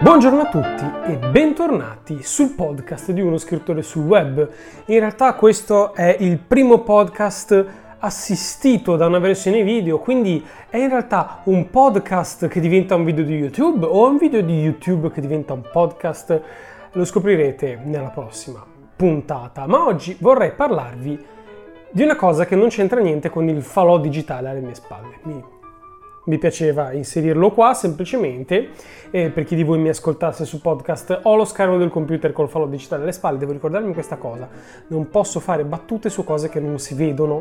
Buongiorno a tutti e bentornati sul podcast di uno scrittore sul web. In realtà questo è il primo podcast assistito da una versione video, quindi è in realtà un podcast che diventa un video di YouTube o un video di YouTube che diventa un podcast. Lo scoprirete nella prossima puntata, ma oggi vorrei parlarvi di una cosa che non c'entra niente con il falò digitale alle mie spalle. Mi piaceva inserirlo qua semplicemente, per chi di voi mi ascoltasse su podcast, ho lo schermo del computer col falò digitale alle spalle, devo ricordarmi questa cosa, non posso fare battute su cose che non si vedono,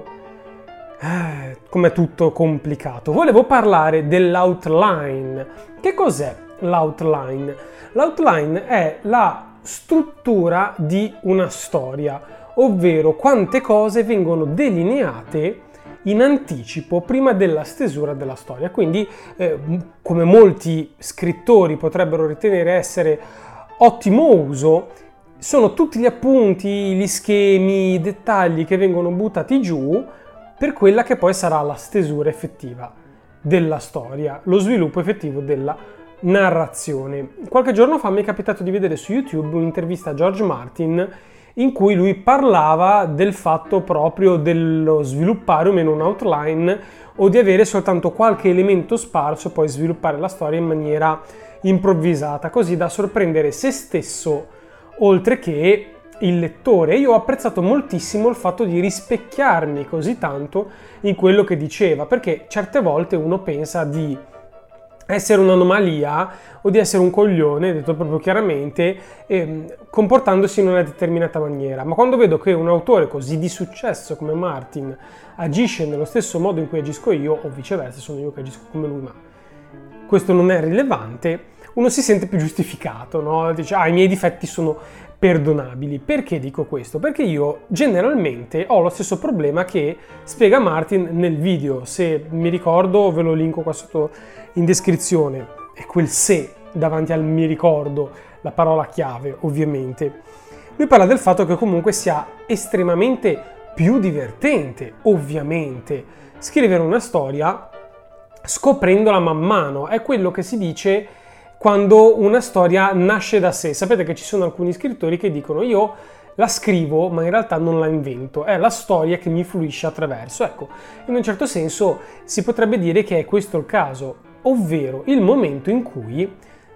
com'è tutto complicato. Volevo parlare dell'outline. Che cos'è l'outline? L'outline è la struttura di una storia, ovvero quante cose vengono delineate in anticipo prima della stesura della storia. Quindi, come molti scrittori potrebbero ritenere essere ottimo uso, sono tutti gli appunti, gli schemi, i dettagli che vengono buttati giù per quella che poi sarà la stesura effettiva della storia, lo sviluppo effettivo della narrazione. Qualche giorno fa mi è capitato di vedere su YouTube un'intervista a George Martin in cui lui parlava del fatto proprio dello sviluppare o meno un outline o di avere soltanto qualche elemento sparso e poi sviluppare la storia in maniera improvvisata, così da sorprendere se stesso oltre che il lettore. Io ho apprezzato moltissimo il fatto di rispecchiarmi così tanto in quello che diceva, perché certe volte uno pensa di essere un'anomalia o di essere un coglione, detto proprio chiaramente, comportandosi in una determinata maniera. Ma quando vedo che un autore così di successo come Martin agisce nello stesso modo in cui agisco io, o viceversa, sono io che agisco come lui, ma questo non è rilevante, uno si sente più giustificato, no? Dice, i miei difetti sono perdonabili. Perché dico questo? Perché io generalmente ho lo stesso problema che spiega Martin nel video. Se mi ricordo ve lo linko qua sotto in descrizione, è quel se davanti al mi ricordo, la parola chiave ovviamente. Lui parla del fatto che comunque sia estremamente più divertente, ovviamente, scrivere una storia scoprendola man mano. È quello che si dice quando una storia nasce da sé. Sapete che ci sono alcuni scrittori che dicono io la scrivo ma in realtà non la invento, è la storia che mi fluisce attraverso. Ecco, in un certo senso si potrebbe dire che è questo il caso, ovvero il momento in cui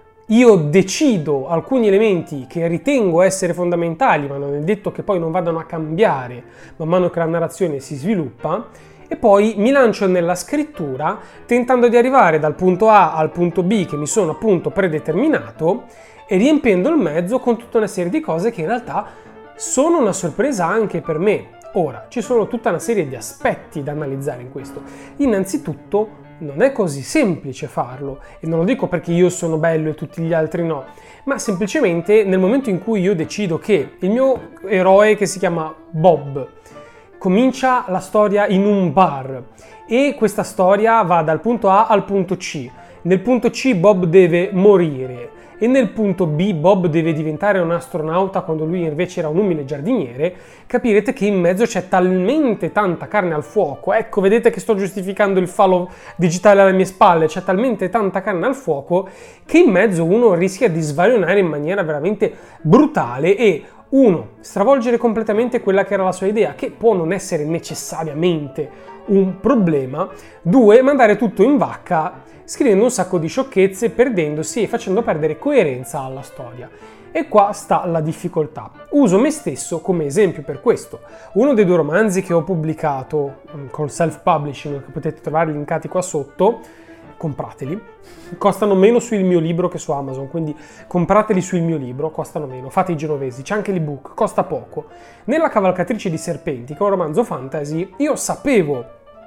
io decido alcuni elementi che ritengo essere fondamentali, ma non è detto che poi non vadano a cambiare man mano che la narrazione si sviluppa, e poi mi lancio nella scrittura tentando di arrivare dal punto A al punto B che mi sono appunto predeterminato e riempiendo il mezzo con tutta una serie di cose che in realtà sono una sorpresa anche per me. Ora, ci sono tutta una serie di aspetti da analizzare in questo. Innanzitutto, non è così semplice farlo, e non lo dico perché io sono bello e tutti gli altri no, ma semplicemente nel momento in cui io decido che il mio eroe, che si chiama Bob, comincia la storia in un bar e questa storia va dal punto A al punto C. Nel punto C Bob deve morire e nel punto B Bob deve diventare un astronauta quando lui invece era un umile giardiniere. Capirete che in mezzo c'è talmente tanta carne al fuoco. Ecco, vedete che sto giustificando il falò digitale alle mie spalle. C'è talmente tanta carne al fuoco che in mezzo uno rischia di svarionare in maniera veramente brutale e stravolgere completamente quella che era la sua idea, che può non essere necessariamente un problema. 2, mandare tutto in vacca, scrivendo un sacco di sciocchezze, perdendosi e facendo perdere coerenza alla storia. E qua sta la difficoltà. Uso me stesso come esempio per questo. Uno dei 2 romanzi che ho pubblicato col self-publishing, che potete trovare linkati qua sotto, comprateli, costano meno sul mio libro che su Amazon, quindi comprateli sul mio libro, costano meno, fate i genovesi, c'è anche l'ebook, costa poco. Nella Cavalcatrice di Serpenti, che è un romanzo fantasy, io sapevo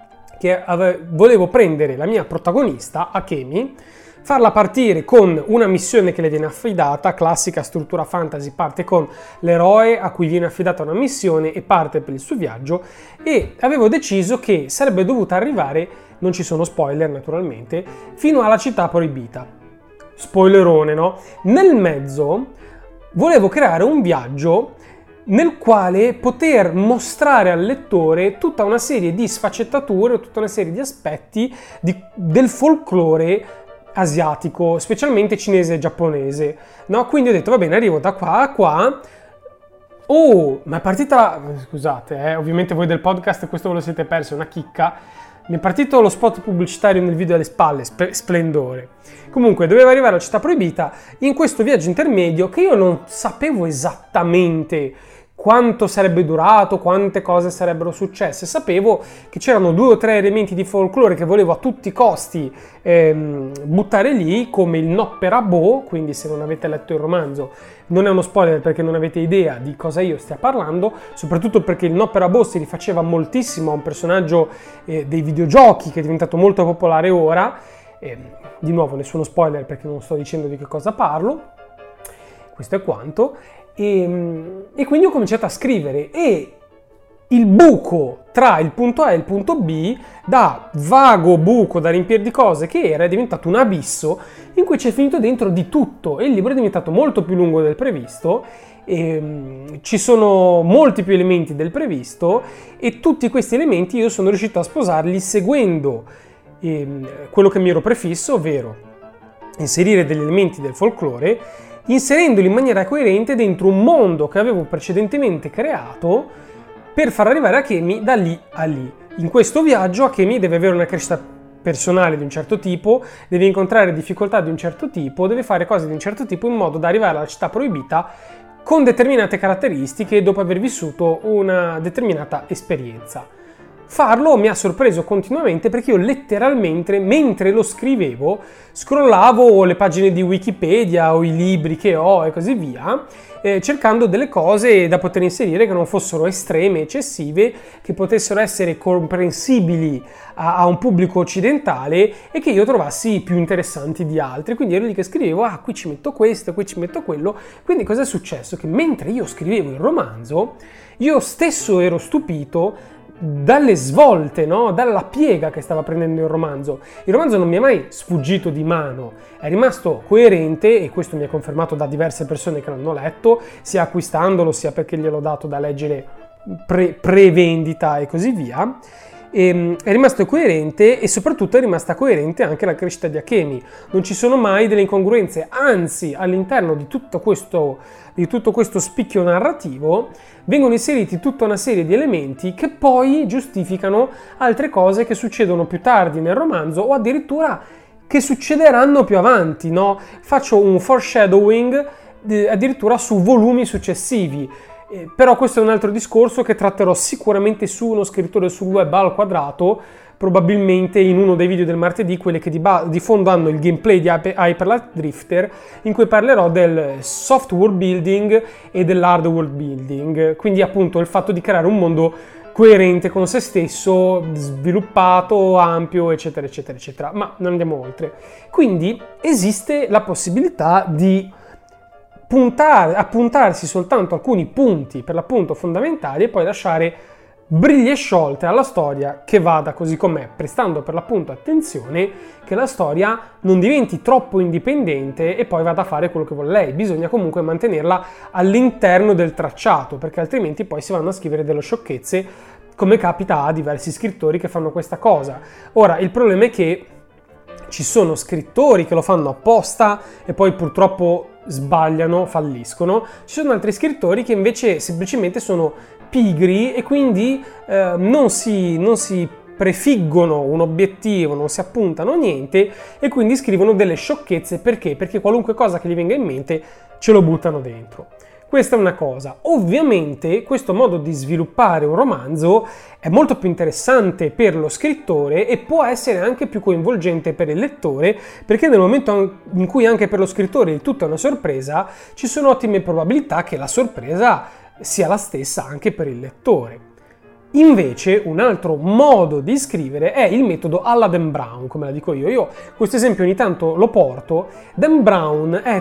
che volevo prendere la mia protagonista, Akemi, farla partire con una missione che le viene affidata, classica struttura fantasy, parte con l'eroe a cui viene affidata una missione e parte per il suo viaggio, e avevo deciso che sarebbe dovuta arrivare, non ci sono spoiler naturalmente, fino alla città proibita. Spoilerone, no? Nel mezzo volevo creare un viaggio nel quale poter mostrare al lettore tutta una serie di sfaccettature, tutta una serie di aspetti del folklore asiatico, specialmente cinese e giapponese, no? Quindi ho detto, va bene, arrivo da qua a qua. Oh, ma è partita, scusate, ovviamente voi del podcast questo ve lo siete perso, è una chicca. Mi è partito lo spot pubblicitario nel video alle spalle, splendore. Comunque, dovevo arrivare alla città proibita in questo viaggio intermedio che io non sapevo esattamente quanto sarebbe durato, quante cose sarebbero successe. Sapevo che c'erano 2 o 3 elementi di folklore che volevo a tutti i costi buttare lì, come il Nopperabo, quindi se non avete letto il romanzo non è uno spoiler perché non avete idea di cosa io stia parlando, soprattutto perché il Nopperabo si rifaceva moltissimo a un personaggio dei videogiochi che è diventato molto popolare ora. Di nuovo nessuno spoiler perché non sto dicendo di che cosa parlo, questo è quanto. E quindi ho cominciato a scrivere e il buco tra il punto A e il punto B, da vago buco da riempire di cose che era, è diventato un abisso in cui c'è finito dentro di tutto e il libro è diventato molto più lungo del previsto. Ci sono molti più elementi del previsto e tutti questi elementi io sono riuscito a sposarli seguendo quello che mi ero prefisso, ovvero inserire degli elementi del folklore, inserendoli in maniera coerente dentro un mondo che avevo precedentemente creato per far arrivare Akemi da lì a lì. In questo viaggio Akemi deve avere una crescita personale di un certo tipo, deve incontrare difficoltà di un certo tipo, deve fare cose di un certo tipo in modo da arrivare alla città proibita con determinate caratteristiche dopo aver vissuto una determinata esperienza. Farlo mi ha sorpreso continuamente perché io letteralmente, mentre lo scrivevo, scrollavo le pagine di Wikipedia o i libri che ho e così via, cercando delle cose da poter inserire che non fossero estreme, eccessive, che potessero essere comprensibili a un pubblico occidentale e che io trovassi più interessanti di altri. Quindi ero lì che scrivevo, qui ci metto questo, qui ci metto quello. Quindi cosa è successo? Che mentre io scrivevo il romanzo, io stesso ero stupito dalle svolte, no? Dalla piega che stava prendendo il romanzo. Il romanzo non mi è mai sfuggito di mano, è rimasto coerente e questo mi è confermato da diverse persone che l'hanno letto, sia acquistandolo sia perché gliel'ho dato da leggere pre-vendita e così via. È rimasto coerente e soprattutto è rimasta coerente anche la crescita di Akemi. Non ci sono mai delle incongruenze, anzi all'interno di tutto questo spicchio narrativo vengono inseriti tutta una serie di elementi che poi giustificano altre cose che succedono più tardi nel romanzo o addirittura che succederanno più avanti, no? Faccio un foreshadowing addirittura su volumi successivi. Però questo è un altro discorso che tratterò sicuramente su uno scrittore sul web al quadrato, probabilmente in uno dei video del martedì, quelli che di fondo hanno il gameplay di Hyper Light Drifter, in cui parlerò del soft world building e dell'hard world building, quindi appunto il fatto di creare un mondo coerente con se stesso, sviluppato, ampio, eccetera, eccetera, eccetera. Ma non andiamo oltre. Quindi esiste la possibilità di appuntarsi soltanto alcuni punti per l'appunto fondamentali e poi lasciare briglie sciolte alla storia che vada così com'è, prestando per l'appunto attenzione che la storia non diventi troppo indipendente e poi vada a fare quello che vuole lei. Bisogna comunque mantenerla all'interno del tracciato, perché altrimenti poi si vanno a scrivere delle sciocchezze, come capita a diversi scrittori che fanno questa cosa. Ora, il problema è che ci sono scrittori che lo fanno apposta e poi purtroppo sbagliano, falliscono. Ci sono altri scrittori che invece semplicemente sono pigri e quindi non si prefiggono un obiettivo, non si appuntano niente e quindi scrivono delle sciocchezze. Perché? Perché qualunque cosa che gli venga in mente ce lo buttano dentro. Questa è una cosa. Ovviamente questo modo di sviluppare un romanzo è molto più interessante per lo scrittore e può essere anche più coinvolgente per il lettore, perché nel momento in cui anche per lo scrittore il tutto è una sorpresa, ci sono ottime probabilità che la sorpresa sia la stessa anche per il lettore. Invece un altro modo di scrivere è il metodo alla Dan Brown, come la dico io. Io questo esempio ogni tanto lo porto. Dan Brown è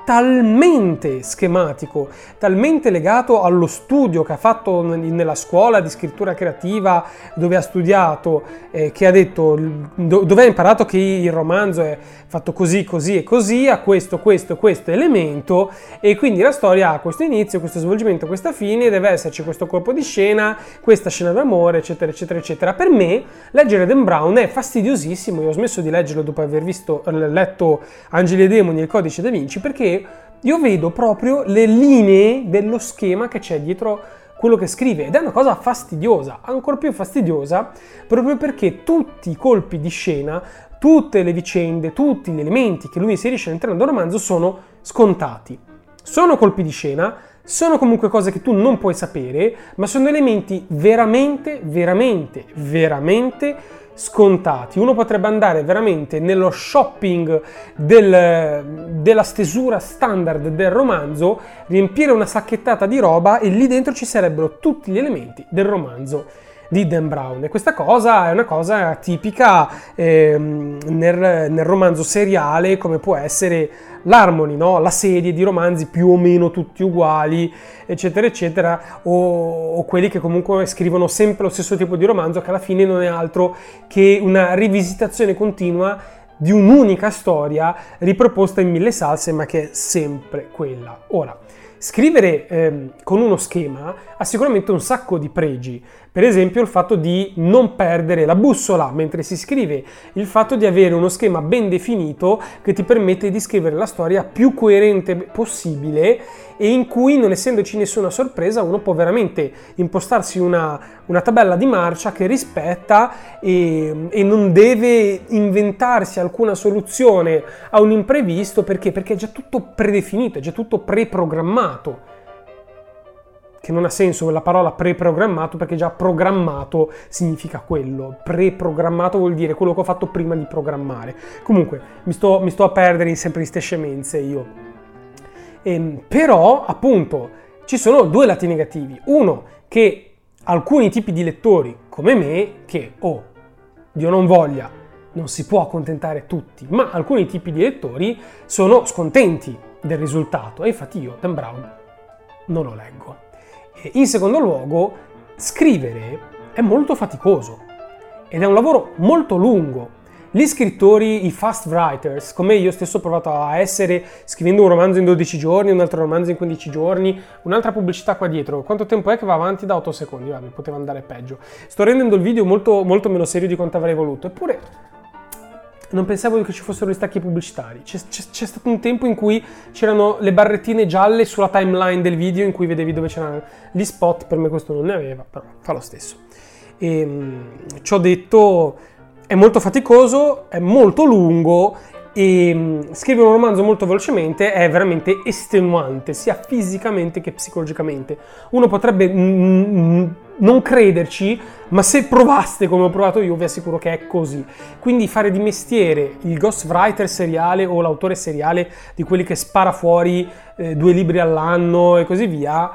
talmente schematico, talmente legato allo studio che ha fatto nella scuola di scrittura creativa dove ha studiato, che ha detto, dove ha imparato che il romanzo è fatto così, così e così, ha questo elemento, e quindi la storia ha questo inizio, questo svolgimento, questa fine, deve esserci questo colpo di scena, questa scena d'amore, eccetera, eccetera, eccetera. Per me leggere Dan Brown è fastidiosissimo. Io ho smesso di leggerlo dopo aver letto Angeli e Demoni e il Codice Da Vinci, perché io vedo proprio le linee dello schema che c'è dietro quello che scrive, ed è una cosa fastidiosa, ancora più fastidiosa proprio perché tutti i colpi di scena, tutte le vicende, tutti gli elementi che lui inserisce all'interno del romanzo sono scontati. Sono colpi di scena, sono comunque cose che tu non puoi sapere, ma sono elementi veramente, veramente, veramente scontati. Uno potrebbe andare veramente nello shopping della stesura standard del romanzo, riempire una sacchettata di roba e lì dentro ci sarebbero tutti gli elementi del romanzo di Dan Brown. E questa cosa è una cosa tipica nel romanzo seriale, come può essere l'Harmony, no? La serie di romanzi più o meno tutti uguali, eccetera, eccetera, o quelli che comunque scrivono sempre lo stesso tipo di romanzo, che alla fine non è altro che una rivisitazione continua di un'unica storia riproposta in 1000 salse, ma che è sempre quella. Ora, scrivere con uno schema ha sicuramente un sacco di pregi. Per esempio il fatto di non perdere la bussola mentre si scrive, il fatto di avere uno schema ben definito che ti permette di scrivere la storia più coerente possibile e in cui, non essendoci nessuna sorpresa, uno può veramente impostarsi una tabella di marcia che rispetta e non deve inventarsi alcuna soluzione a un imprevisto. Perché? Perché è già tutto predefinito, è già tutto preprogrammato. Che non ha senso la parola preprogrammato, perché già programmato significa quello. Preprogrammato vuol dire quello che ho fatto prima di programmare. Comunque, mi sto a perdere sempre in ste scemenze io. Però, appunto, ci sono due lati negativi. Uno, che alcuni tipi di lettori, come me, che, Dio non voglia, non si può accontentare tutti, ma alcuni tipi di lettori sono scontenti del risultato. E infatti io Dan Brown non lo leggo. In secondo luogo, scrivere è molto faticoso ed è un lavoro molto lungo. Gli scrittori, i fast writers, come io stesso ho provato a essere scrivendo un romanzo in 12 giorni, un altro romanzo in 15 giorni, un'altra pubblicità qua dietro. Quanto tempo è che va avanti? Da 8 secondi, vabbè, poteva andare peggio. Sto rendendo il video molto, molto meno serio di quanto avrei voluto, eppure non pensavo che ci fossero gli stacchi pubblicitari. C'è stato un tempo in cui c'erano le barrettine gialle sulla timeline del video in cui vedevi dove c'erano gli spot. Per me questo non ne aveva, però fa lo stesso. Ciò detto, è molto faticoso, è molto lungo e scrivere un romanzo molto velocemente è veramente estenuante, sia fisicamente che psicologicamente. Uno potrebbe non crederci, ma se provaste come ho provato io vi assicuro che è così. Quindi fare di mestiere il ghostwriter seriale o l'autore seriale di quelli che spara fuori 2 libri all'anno e così via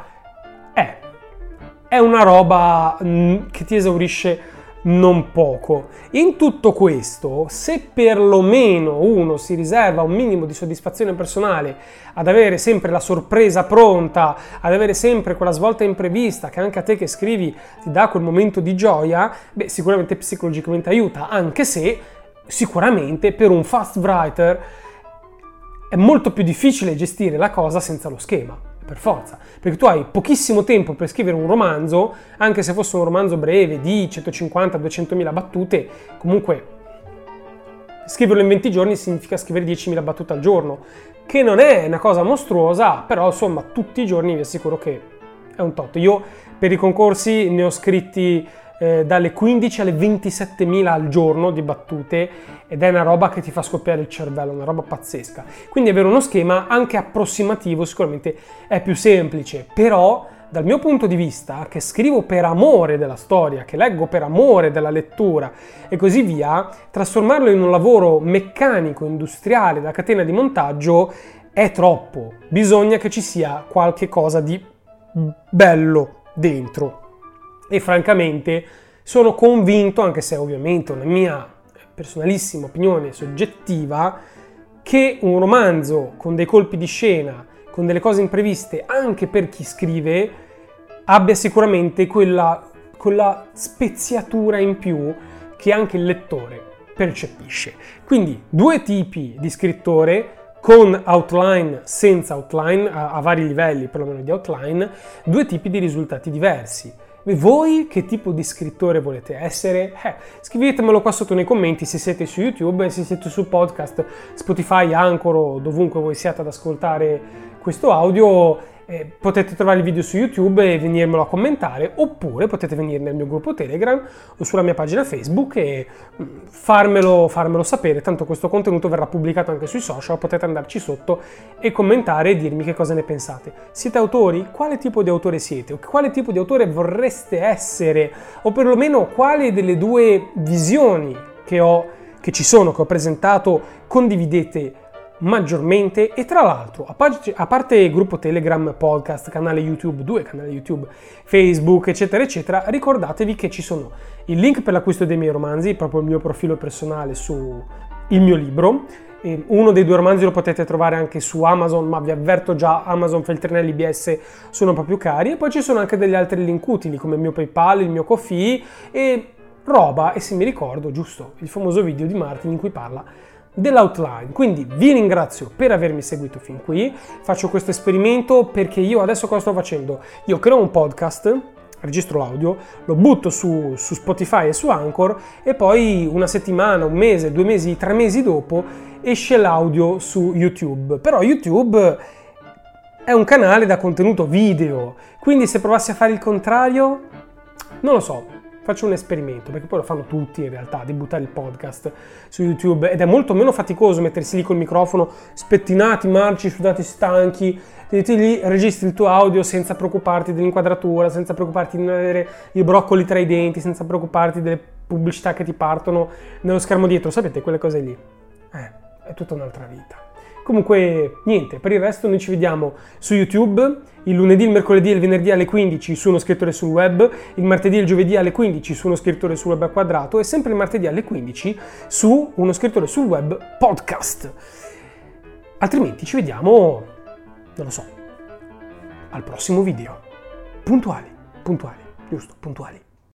è una roba che ti esaurisce non poco. In tutto questo, se perlomeno uno si riserva un minimo di soddisfazione personale ad avere sempre la sorpresa pronta, ad avere sempre quella svolta imprevista che anche a te che scrivi ti dà quel momento di gioia, sicuramente psicologicamente aiuta, anche se sicuramente per un fast writer è molto più difficile gestire la cosa senza lo schema. Per forza, perché tu hai pochissimo tempo per scrivere un romanzo, anche se fosse un romanzo breve di 150-200.000 battute, comunque scriverlo in 20 giorni significa scrivere 10.000 battute al giorno, che non è una cosa mostruosa, però insomma tutti i giorni vi assicuro che è un tot. Io per i concorsi ne ho scritti dalle 15 alle 27.000 al giorno di battute ed è una roba che ti fa scoppiare il cervello, una roba pazzesca. Quindi avere uno schema anche approssimativo sicuramente è più semplice, però dal mio punto di vista, che scrivo per amore della storia, che leggo per amore della lettura e così via, trasformarlo in un lavoro meccanico, industriale, da catena di montaggio è troppo. Bisogna che ci sia qualche cosa di bello dentro. E francamente sono convinto, anche se ovviamente una mia personalissima opinione soggettiva, che un romanzo con dei colpi di scena, con delle cose impreviste, anche per chi scrive, abbia sicuramente quella speziatura in più che anche il lettore percepisce. Quindi 2 tipi di scrittore, con outline, senza outline, a vari livelli perlomeno di outline, 2 tipi di risultati diversi. E voi che tipo di scrittore volete essere? Scrivetemelo qua sotto nei commenti se siete su YouTube e se siete su podcast, Spotify, Anchor o dovunque voi siate ad ascoltare questo audio. Potete trovare il video su YouTube e venirmelo a commentare, oppure potete venire nel mio gruppo Telegram o sulla mia pagina Facebook e farmelo sapere, tanto questo contenuto verrà pubblicato anche sui social, potete andarci sotto e commentare e dirmi che cosa ne pensate. Siete autori? Quale tipo di autore siete? O quale tipo di autore vorreste essere? O perlomeno quale delle 2 visioni che ho presentato condividete maggiormente? E tra l'altro, a parte gruppo Telegram, podcast, canale YouTube, 2 canali YouTube, Facebook, eccetera eccetera, ricordatevi che ci sono il link per l'acquisto dei miei romanzi, proprio il mio profilo personale su il mio libro. Uno dei 2 romanzi lo potete trovare anche su Amazon, ma vi avverto già, Amazon Feltrinelli BS sono un po' più cari, e poi ci sono anche degli altri link utili come il mio PayPal, il mio Ko-fi e roba, e se mi ricordo giusto, il famoso video di Martin in cui parla dell'outline. Quindi vi ringrazio per avermi seguito fin qui. Faccio questo esperimento perché io adesso cosa sto facendo? Io creo un podcast, registro l'audio, lo butto su Spotify e su Anchor e poi una settimana, un mese, 2 mesi, 3 mesi dopo esce l'audio su YouTube. Però YouTube è un canale da contenuto video, quindi se provassi a fare il contrario, non lo so. Faccio un esperimento, perché poi lo fanno tutti in realtà, di buttare il podcast su YouTube, ed è molto meno faticoso mettersi lì col microfono, spettinati, marci, sudati, stanchi, ti lì, registri il tuo audio senza preoccuparti dell'inquadratura, senza preoccuparti di non avere i broccoli tra i denti, senza preoccuparti delle pubblicità che ti partono nello schermo dietro, sapete, quelle cose lì. È tutta un'altra vita. Comunque, niente, per il resto noi ci vediamo su YouTube, il lunedì, il mercoledì e il venerdì alle 15 su Uno Scrittore sul Web, il martedì e il giovedì alle 15 su Uno Scrittore sul Web al quadrato e sempre il martedì alle 15 su Uno Scrittore sul Web podcast. Altrimenti ci vediamo, non lo so, al prossimo video. Puntuali, giusto, puntuali.